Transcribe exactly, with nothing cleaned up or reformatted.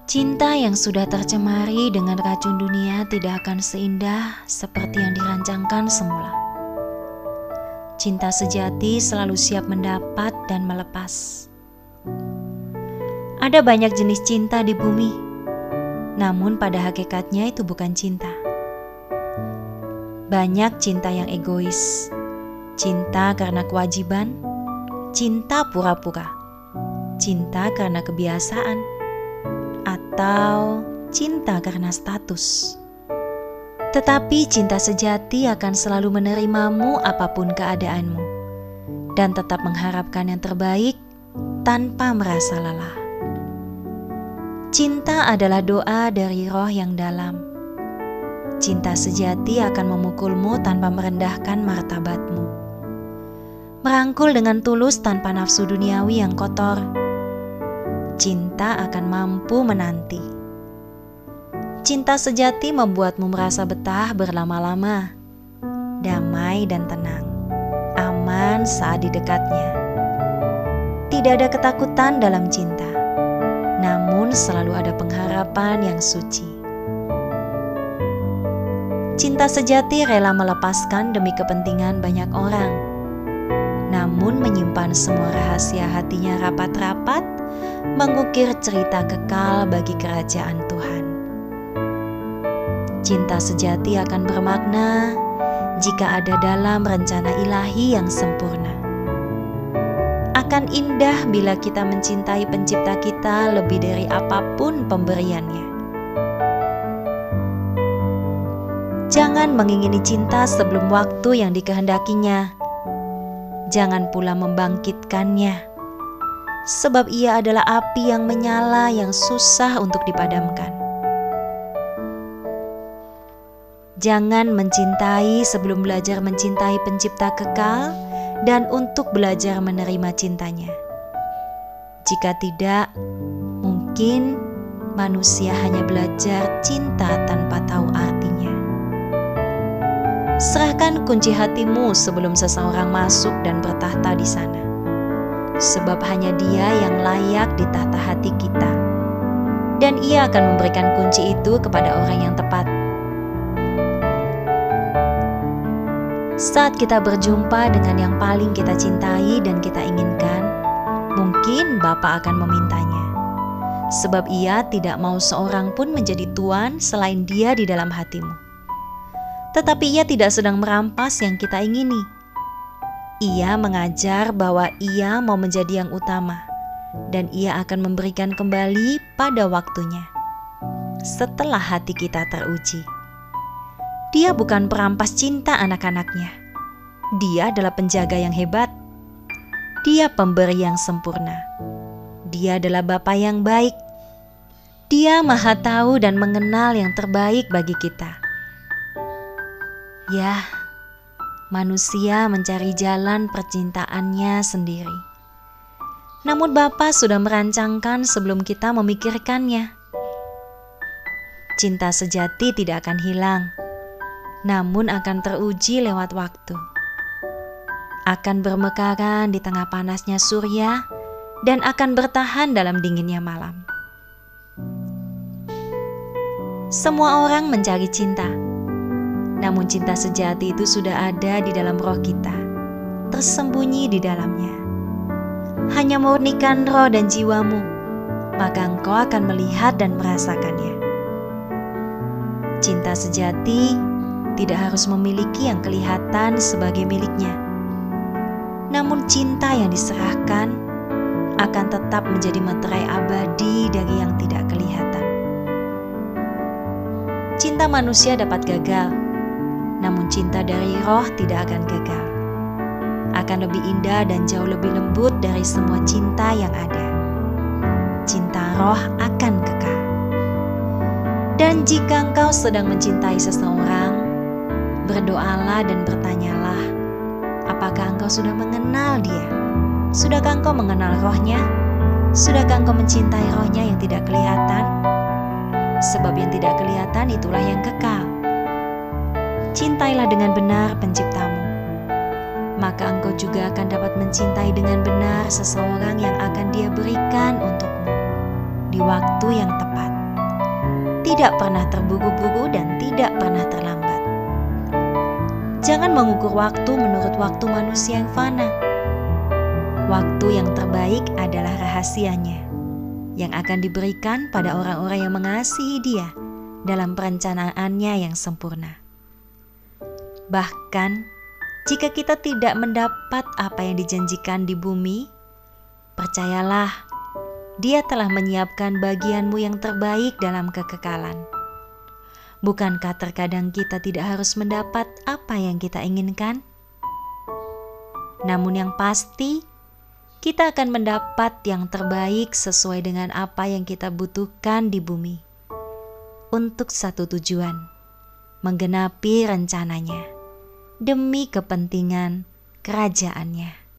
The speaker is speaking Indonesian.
Cinta yang sudah tercemari dengan racun dunia tidak akan seindah seperti yang dirancangkan semula. Cinta sejati selalu siap mendapat dan melepas. Ada banyak jenis cinta di bumi, namun pada hakikatnya itu bukan cinta. Banyak cinta yang egois, cinta karena kewajiban, cinta pura-pura, cinta karena kebiasaan, atau cinta karena status. Tetapi cinta sejati akan selalu menerimamu apapun keadaanmu dan tetap mengharapkan yang terbaik tanpa merasa lelah. Cinta adalah doa dari roh yang dalam. Cinta sejati akan memukulmu tanpa merendahkan martabatmu, merangkul dengan tulus tanpa nafsu duniawi yang kotor. Cinta akan mampu menanti. Cinta sejati membuatmu merasa betah berlama-lama, damai dan tenang, aman saat di dekatnya. Tidak ada ketakutan dalam cinta, namun selalu ada pengharapan yang suci. Cinta sejati rela melepaskan demi kepentingan banyak orang, namun menyimpan semua rahasia hatinya rapat-rapat, mengukir cerita kekal bagi kerajaan Tuhan. Cinta sejati akan bermakna jika ada dalam rencana ilahi yang sempurna. Akan indah bila kita mencintai pencipta kita lebih dari apapun pemberiannya. Jangan mengingini cinta sebelum waktu yang dikehendakinya. Jangan pula membangkitkannya, sebab ia adalah api yang menyala yang susah untuk dipadamkan. Jangan mencintai sebelum belajar mencintai pencipta kekal dan untuk belajar menerima cintanya. Jika tidak, mungkin manusia hanya belajar cinta tanpa tahu artinya. Serahkan kunci hatimu sebelum seseorang masuk dan bertahta di sana, sebab hanya Dia yang layak ditahta hati kita, dan Ia akan memberikan kunci itu kepada orang yang tepat. Saat kita berjumpa dengan yang paling kita cintai dan kita inginkan, mungkin Bapa akan memintanya, sebab Ia tidak mau seorang pun menjadi tuan selain Dia di dalam hatimu. Tetapi Ia tidak sedang merampas yang kita ingini. Ia mengajar bahwa Ia mau menjadi yang utama, dan Ia akan memberikan kembali pada waktunya, setelah hati kita teruji. Dia bukan perampas cinta anak-anaknya. Dia adalah penjaga yang hebat. Dia pemberi yang sempurna. Dia adalah Bapa yang baik. Dia Maha Tahu dan mengenal yang terbaik bagi kita. Ya, manusia mencari jalan percintaannya sendiri. Namun Bapa sudah merancangkan sebelum kita memikirkannya. Cinta sejati tidak akan hilang, namun akan teruji lewat waktu. Akan bermekaran di tengah panasnya surya dan akan bertahan dalam dinginnya malam. Semua orang mencari cinta, namun cinta sejati itu sudah ada di dalam roh kita, tersembunyi di dalamnya. Hanya murnikan roh dan jiwamu, maka engkau akan melihat dan merasakannya. Cinta sejati tidak harus memiliki yang kelihatan sebagai miliknya, namun cinta yang diserahkan akan tetap menjadi materai abadi dari yang tidak kelihatan. Cinta manusia dapat gagal, namun cinta dari roh tidak akan gagal. Akan lebih indah dan jauh lebih lembut dari semua cinta yang ada. Cinta roh akan kekal. Dan jika engkau sedang mencintai seseorang, berdoalah dan bertanyalah, apakah engkau sudah mengenal dia? Sudahkah engkau mengenal rohnya? Sudahkah engkau mencintai rohnya yang tidak kelihatan? Sebab yang tidak kelihatan itulah yang kekal. Cintailah dengan benar penciptamu, maka engkau juga akan dapat mencintai dengan benar seseorang yang akan Dia berikan untukmu di waktu yang tepat. tidak pernah terburu-buru dan tidak pernah terlambat. Jangan mengukur waktu menurut waktu manusia yang fana. Waktu yang terbaik adalah rahasianya, yang akan diberikan pada orang-orang yang mengasihi Dia dalam perencanaannya yang sempurna. Bahkan, jika kita tidak mendapat apa yang dijanjikan di bumi, percayalah, Dia telah menyiapkan bagianmu yang terbaik dalam kekekalan. Bukankah terkadang kita tidak harus mendapat apa yang kita inginkan? Namun yang pasti, kita akan mendapat yang terbaik sesuai dengan apa yang kita butuhkan di bumi. Untuk satu tujuan, menggenapi rencananya, demi kepentingan kerajaannya.